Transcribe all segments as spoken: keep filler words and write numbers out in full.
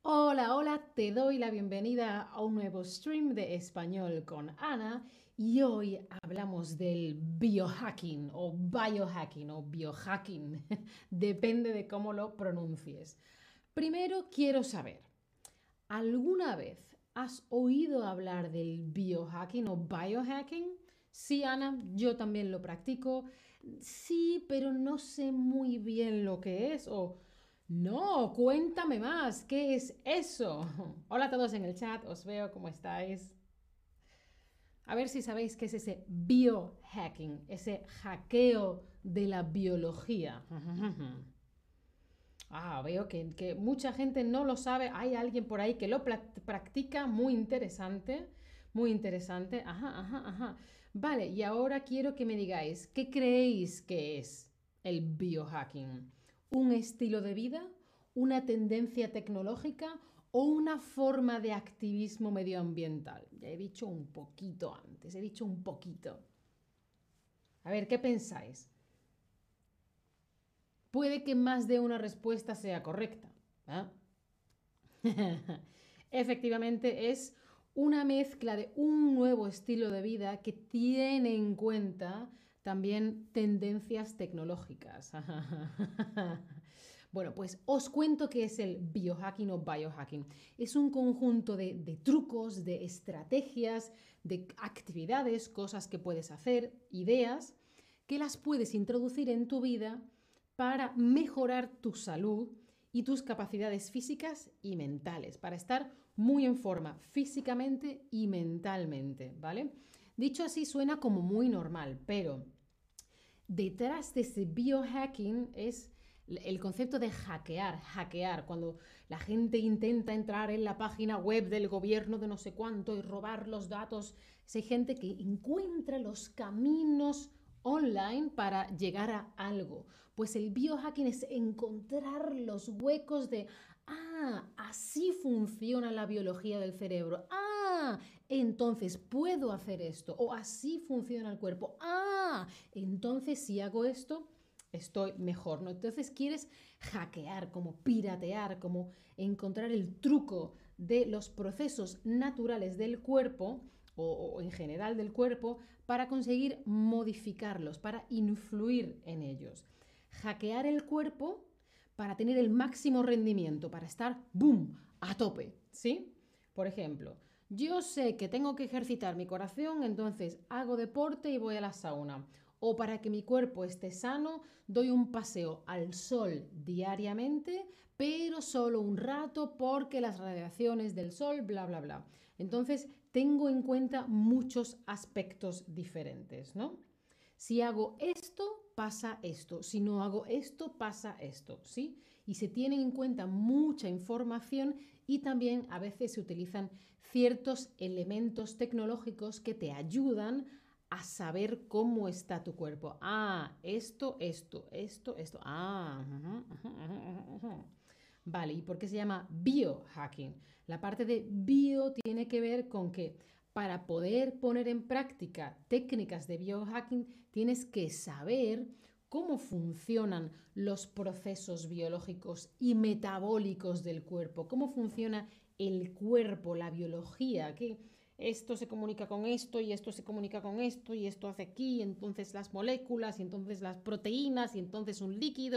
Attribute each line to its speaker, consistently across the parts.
Speaker 1: Hola, hola, te doy la bienvenida a un nuevo stream de español con Ana y hoy hablamos del biohacking o biohacking o biohacking, depende de cómo lo pronuncies. Primero quiero saber, ¿alguna vez has oído hablar del biohacking o biohacking? Sí, Ana, yo también lo practico. Sí, pero no sé muy bien lo que es o no, cuéntame más, ¿qué es eso? Hola a todos en el chat, os veo, ¿cómo estáis? A ver si sabéis qué es ese biohacking, ese hackeo de la biología. Ah, veo que, que mucha gente no lo sabe. Hay alguien por ahí que lo practica. Muy interesante. Muy interesante. Ajá, ajá, ajá. Vale, y ahora quiero que me digáis, ¿qué creéis que es el biohacking? ¿Un estilo de vida? ¿Una tendencia tecnológica? ¿O una forma de activismo medioambiental? Ya he dicho un poquito antes, he dicho un poquito. A ver, ¿qué pensáis? Puede que más de una respuesta sea correcta. ¿Ah? Efectivamente, es una mezcla de un nuevo estilo de vida que tiene en cuenta también tendencias tecnológicas. Bueno, pues os cuento qué es el biohacking o biohacking. Es un conjunto de, de trucos, de estrategias, de actividades, cosas que puedes hacer, ideas, que las puedes introducir en tu vida para mejorar tu salud y tus capacidades físicas y mentales, para estar muy en forma físicamente y mentalmente, ¿vale? Dicho así suena como muy normal, pero detrás de ese biohacking es el concepto de hackear, hackear, cuando la gente intenta entrar en la página web del gobierno de no sé cuánto y robar los datos, hay gente que encuentra los caminos online para llegar a algo. Pues el biohacking es encontrar los huecos de, ah, así funciona la biología del cerebro. Ah, entonces puedo hacer esto. O así funciona el cuerpo. Ah, entonces si hago esto, estoy mejor, ¿no? Entonces quieres hackear, como piratear, como encontrar el truco de los procesos naturales del cuerpo o, o en general del cuerpo para conseguir modificarlos, para influir en ellos. Hackear el cuerpo para tener el máximo rendimiento, para estar, boom, a tope, ¿sí? Por ejemplo, yo sé que tengo que ejercitar mi corazón, entonces hago deporte y voy a la sauna. O para que mi cuerpo esté sano, doy un paseo al sol diariamente, pero solo un rato porque las radiaciones del sol, bla, bla, bla. Entonces, tengo en cuenta muchos aspectos diferentes, ¿no? Si hago esto, pasa esto. Si no hago esto, pasa esto, ¿sí? Y se tiene en cuenta mucha información y también a veces se utilizan ciertos elementos tecnológicos que te ayudan a saber cómo está tu cuerpo. Ah, esto, esto, esto, esto. Ah, uh -huh, uh -huh, uh -huh. Vale, ¿y por qué se llama biohacking? La parte de bio tiene que ver con que para poder poner en práctica técnicas de biohacking tienes que saber cómo funcionan los procesos biológicos y metabólicos del cuerpo, cómo funciona el cuerpo, la biología, que esto se comunica con esto y esto se comunica con esto y esto hace aquí, y entonces las moléculas y entonces las proteínas y entonces un líquido.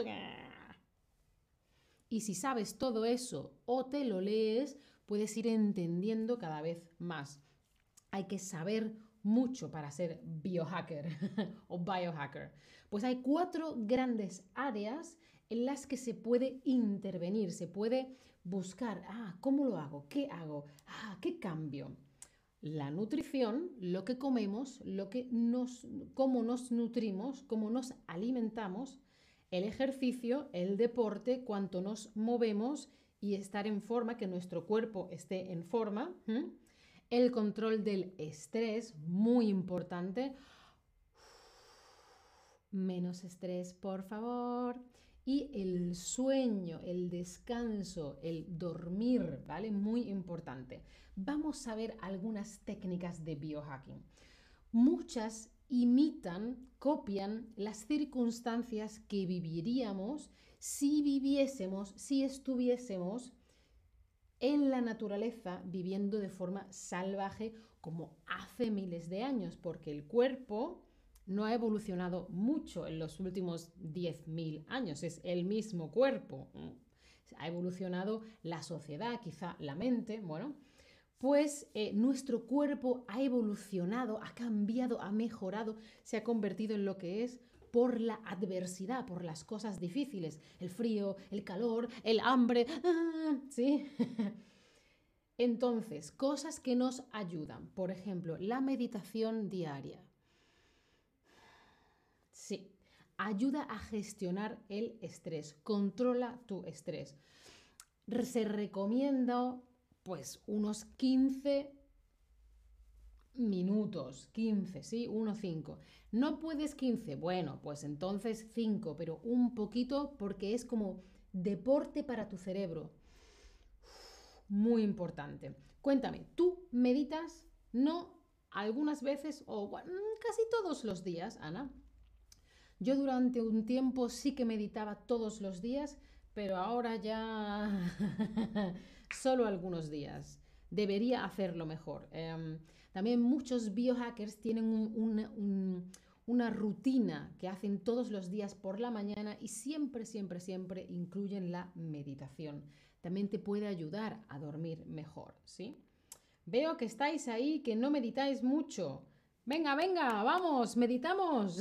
Speaker 1: Y si sabes todo eso o te lo lees, puedes ir entendiendo cada vez más. Hay que saber mucho para ser biohacker o biohacker. Pues hay cuatro grandes áreas en las que se puede intervenir, se puede buscar, ah, ¿cómo lo hago? ¿Qué hago? Ah, ¿qué cambio? La nutrición, lo que comemos, lo que nos, cómo nos nutrimos, cómo nos alimentamos, el ejercicio, el deporte, cuánto nos movemos y estar en forma, que nuestro cuerpo esté en forma. ¿Mm? El control del estrés, muy importante. Menos estrés, por favor. Y el sueño, el descanso, el dormir, ¿vale? Muy importante. Vamos a ver algunas técnicas de biohacking. Muchas imitan, copian las circunstancias que viviríamos si viviésemos, si estuviésemos en la naturaleza viviendo de forma salvaje como hace miles de años, porque el cuerpo no ha evolucionado mucho en los últimos diez mil años, es el mismo cuerpo. Ha evolucionado la sociedad, quizá la mente, bueno, pues eh, nuestro cuerpo ha evolucionado, ha cambiado, ha mejorado, se ha convertido en lo que es por la adversidad, por las cosas difíciles, el frío, el calor, el hambre, ¡ah! ¿Sí? Entonces, cosas que nos ayudan, por ejemplo, la meditación diaria. Sí, ayuda a gestionar el estrés, controla tu estrés. Se recomienda pues unos quince minutos, quince, ¿sí? uno, cinco. ¿No puedes quince? Bueno, pues entonces cinco, pero un poquito porque es como deporte para tu cerebro. Muy importante. Cuéntame, ¿tú meditas? No, algunas veces o bueno, casi todos los días, Ana. Yo durante un tiempo sí que meditaba todos los días, pero ahora ya solo algunos días. Debería hacerlo mejor. Eh, también muchos biohackers tienen un, un, un, una rutina que hacen todos los días por la mañana y siempre, siempre, siempre incluyen la meditación. También te puede ayudar a dormir mejor, ¿sí? Veo que estáis ahí, que no meditáis mucho. Venga, venga, vamos, meditamos.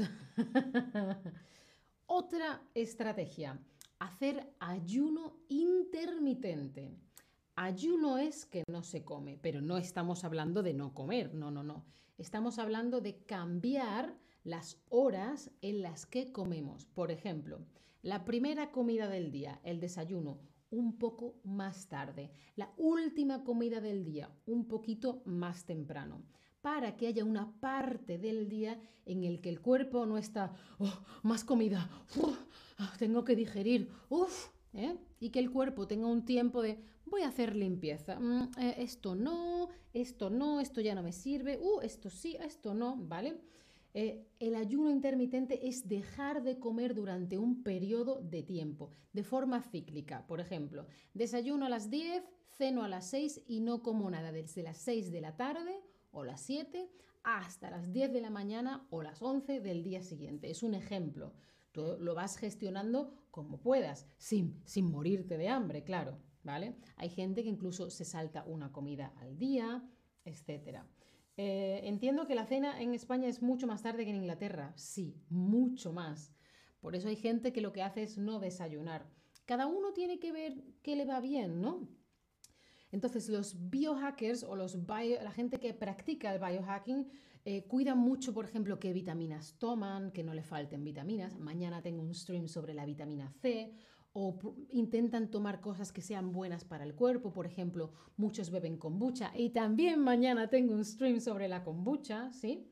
Speaker 1: Otra estrategia, hacer ayuno intermitente. Ayuno es que no se come, pero no estamos hablando de no comer, no, no, no. Estamos hablando de cambiar las horas en las que comemos. Por ejemplo, la primera comida del día, el desayuno, un poco más tarde. La última comida del día, un poquito más temprano, para que haya una parte del día en el que el cuerpo no está, oh, más comida, uf, tengo que digerir, uf, ¿eh? Y que el cuerpo tenga un tiempo de, voy a hacer limpieza, mm, eh, esto no, esto no, esto ya no me sirve, uh, esto sí, esto no, ¿vale? Eh, el ayuno intermitente es dejar de comer durante un periodo de tiempo, de forma cíclica. Por ejemplo, desayuno a las diez, ceno a las seis y no como nada desde las seis de la tarde o las siete hasta las diez de la mañana o las once del día siguiente. Es un ejemplo. Tú lo vas gestionando como puedas, sin, sin morirte de hambre, claro, ¿vale? Hay gente que incluso se salta una comida al día, etcétera. Eh, entiendo que la cena en España es mucho más tarde que en Inglaterra. Sí, mucho más. Por eso hay gente que lo que hace es no desayunar. Cada uno tiene que ver qué le va bien, ¿no? Entonces, los biohackers o los bio, la gente que practica el biohacking eh, cuidan mucho, por ejemplo, qué vitaminas toman, que no le falten vitaminas. Mañana tengo un stream sobre la vitamina C. O intentan tomar cosas que sean buenas para el cuerpo. Por ejemplo, muchos beben kombucha. Y también mañana tengo un stream sobre la kombucha, ¿sí?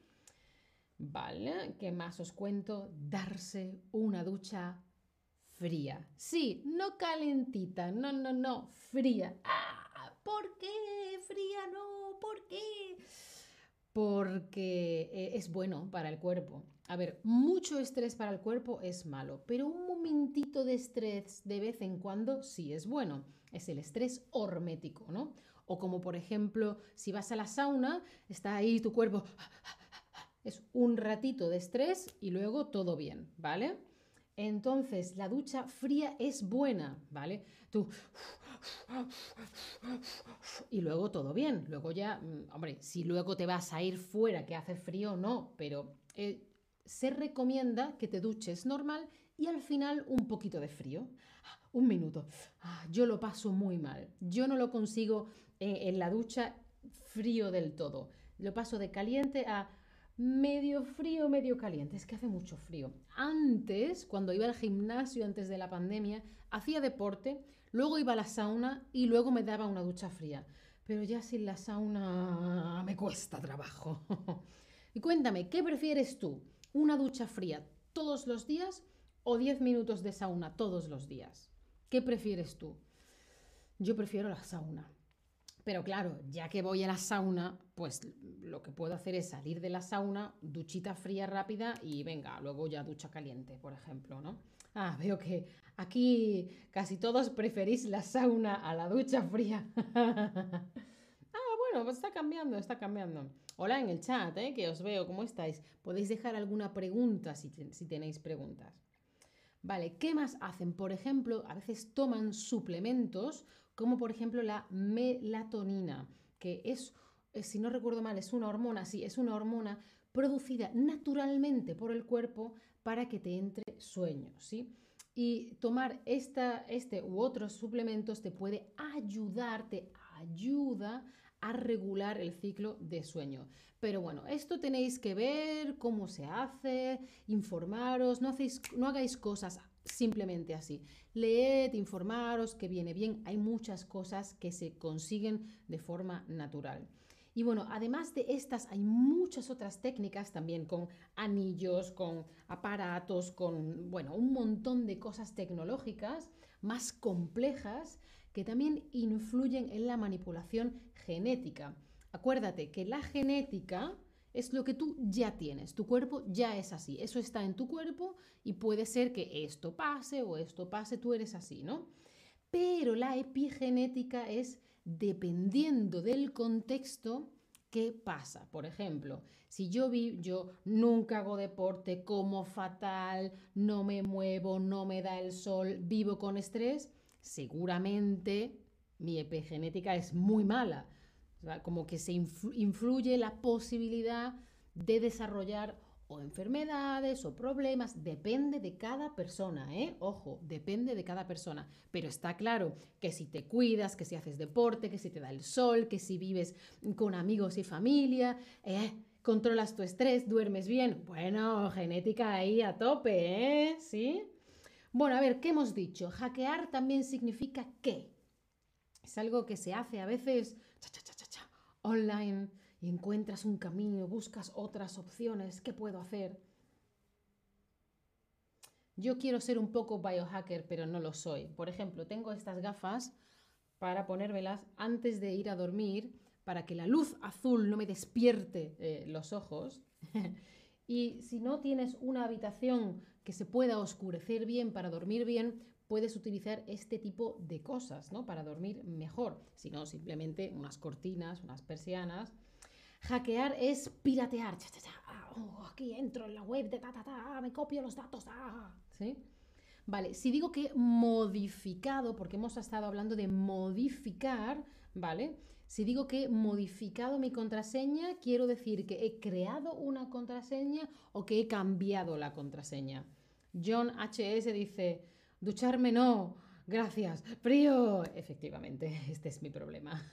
Speaker 1: Vale, ¿qué más os cuento? Darse una ducha fría. Sí, no calentita, no, no, no, fría. ¡Ah! ¿Por qué fría? No, ¿por qué? Porque eh, es bueno para el cuerpo. A ver, mucho estrés para el cuerpo es malo, pero un momentito de estrés de vez en cuando sí es bueno. Es el estrés hormético, ¿no? O como por ejemplo, si vas a la sauna, está ahí tu cuerpo, es un ratito de estrés y luego todo bien, ¿vale? Entonces, la ducha fría es buena, ¿vale? Tú y luego todo bien. Luego ya, mm, hombre, si luego te vas a ir fuera que hace frío, no, pero eh, se recomienda que te duches normal y al final un poquito de frío. Ah, un minuto. Ah, yo lo paso muy mal. Yo no lo consigo eh, en la ducha frío del todo. Lo paso de caliente a medio frío, medio caliente. Es que hace mucho frío. Antes, cuando iba al gimnasio antes de la pandemia, hacía deporte, luego iba a la sauna y luego me daba una ducha fría. Pero ya sin la sauna me cuesta trabajo. Y cuéntame, ¿qué prefieres tú? ¿Una ducha fría todos los días o diez minutos de sauna todos los días? ¿Qué prefieres tú? Yo prefiero la sauna. Pero claro, ya que voy a la sauna, pues lo que puedo hacer es salir de la sauna, duchita fría rápida y venga, luego ya ducha caliente, por ejemplo, ¿no? Ah, veo que Aquí casi todos preferís la sauna a la ducha fría. Ah, bueno, pues está cambiando, está cambiando. Hola en el chat, ¿eh? Que os veo, ¿cómo estáis? Podéis dejar alguna pregunta si, si tenéis preguntas. Vale, ¿qué más hacen? Por ejemplo, a veces toman suplementos como por ejemplo la melatonina, que es, eh, si no recuerdo mal, es una hormona, sí, es una hormona producida naturalmente por el cuerpo para que te entre sueño, ¿sí? Y tomar esta, este u otros suplementos te puede ayudar, te ayuda a regular el ciclo de sueño. Pero bueno, esto tenéis que ver cómo se hace, informaros, no, hacéis, no hagáis cosas simplemente así. Leed, informaros, que viene bien. Hay muchas cosas que se consiguen de forma natural. Y bueno, además de estas, hay muchas otras técnicas también con anillos, con aparatos, con, bueno, un montón de cosas tecnológicas más complejas que también influyen en la manipulación genética. Acuérdate que la genética es lo que tú ya tienes, tu cuerpo ya es así, eso está en tu cuerpo y puede ser que esto pase o esto pase, tú eres así, ¿no? Pero la epigenética es dependiendo del contexto qué pasa. Por ejemplo, si yo, vi, yo nunca hago deporte, como fatal, no me muevo, no me da el sol, vivo con estrés, seguramente mi epigenética es muy mala. O sea, como que se influ influye la posibilidad de desarrollar o enfermedades o problemas, depende de cada persona, ¿eh? Ojo, depende de cada persona. Pero está claro que si te cuidas, que si haces deporte, que si te da el sol, que si vives con amigos y familia, ¿eh? Controlas tu estrés, duermes bien. Bueno, genética ahí a tope, ¿eh? ¿Sí? Bueno, a ver, ¿qué hemos dicho? Hackear también significa ¿qué? Es algo que se hace a veces cha, cha, cha, cha, cha, online y encuentras un camino, buscas otras opciones. ¿Qué puedo hacer? Yo quiero ser un poco biohacker, pero no lo soy. Por ejemplo, tengo estas gafas para ponérmelas antes de ir a dormir para que la luz azul no me despierte eh, los ojos. Y si no tienes una habitación que se pueda oscurecer bien para dormir bien, puedes utilizar este tipo de cosas, ¿no? Para dormir mejor. Si no, simplemente unas cortinas, unas persianas. Hackear es piratear. Cha, cha, cha. Ah, oh, aquí entro en la web de ta, ta, ta, me copio los datos. Ah, ¿sí? Vale, si digo que modificado, porque hemos estado hablando de modificar, ¿vale? Si digo que he modificado mi contraseña, quiero decir que he creado una contraseña o que he cambiado la contraseña. John H S dice, ducharme no, gracias, frío. Efectivamente, este es mi problema.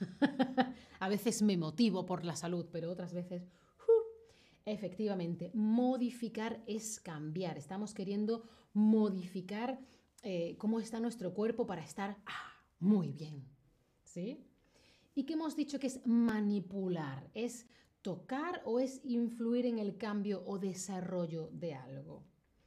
Speaker 1: A veces me motivo por la salud, pero otras veces... Uh, efectivamente, modificar es cambiar. Estamos queriendo modificar eh, cómo está nuestro cuerpo para estar ah, muy bien. ¿Sí? ¿Y qué hemos dicho que es manipular? ¿Es tocar o es influir en el cambio o desarrollo de algo?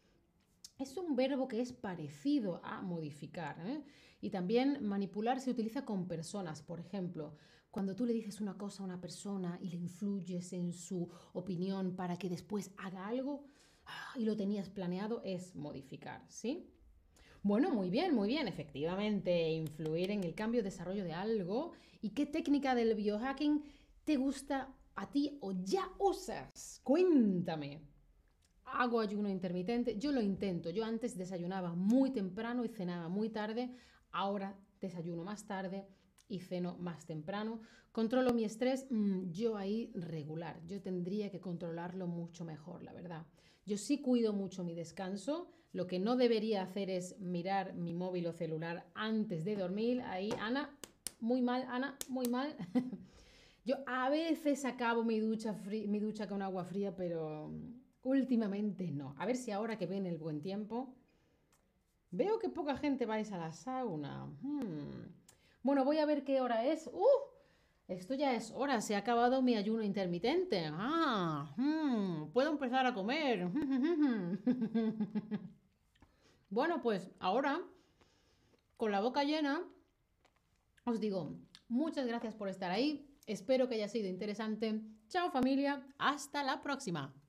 Speaker 1: Es un verbo que es parecido a modificar, ¿eh? Y también manipular se utiliza con personas. Por ejemplo, cuando tú le dices una cosa a una persona y le influyes en su opinión para que después haga algo ah, y lo tenías planeado, es modificar, ¿sí? Bueno, muy bien, muy bien. Efectivamente, influir en el cambio, desarrollo de algo. ¿Y qué técnica del biohacking te gusta a ti o ya usas? Cuéntame. Hago ayuno intermitente, yo lo intento. Yo antes desayunaba muy temprano y cenaba muy tarde. Ahora desayuno más tarde y ceno más temprano. ¿Controlo mi estrés? Mm, yo ahí regular. Yo tendría que controlarlo mucho mejor, la verdad. Yo sí cuido mucho mi descanso. Lo que no debería hacer es mirar mi móvil o celular antes de dormir. Ahí, Ana, muy mal, Ana, muy mal. Yo a veces acabo mi ducha, mi ducha con agua fría, pero últimamente no. A ver si ahora que viene el buen tiempo. Veo que poca gente vais a la sauna. Hmm. Bueno, voy a ver qué hora es. ¡Uh! Esto ya es hora. Se ha acabado mi ayuno intermitente. Ah, hmm. Puedo empezar a comer. Bueno, pues ahora, con la boca llena, os digo muchas gracias por estar ahí. Espero que haya sido interesante. Chao familia. Hasta la próxima.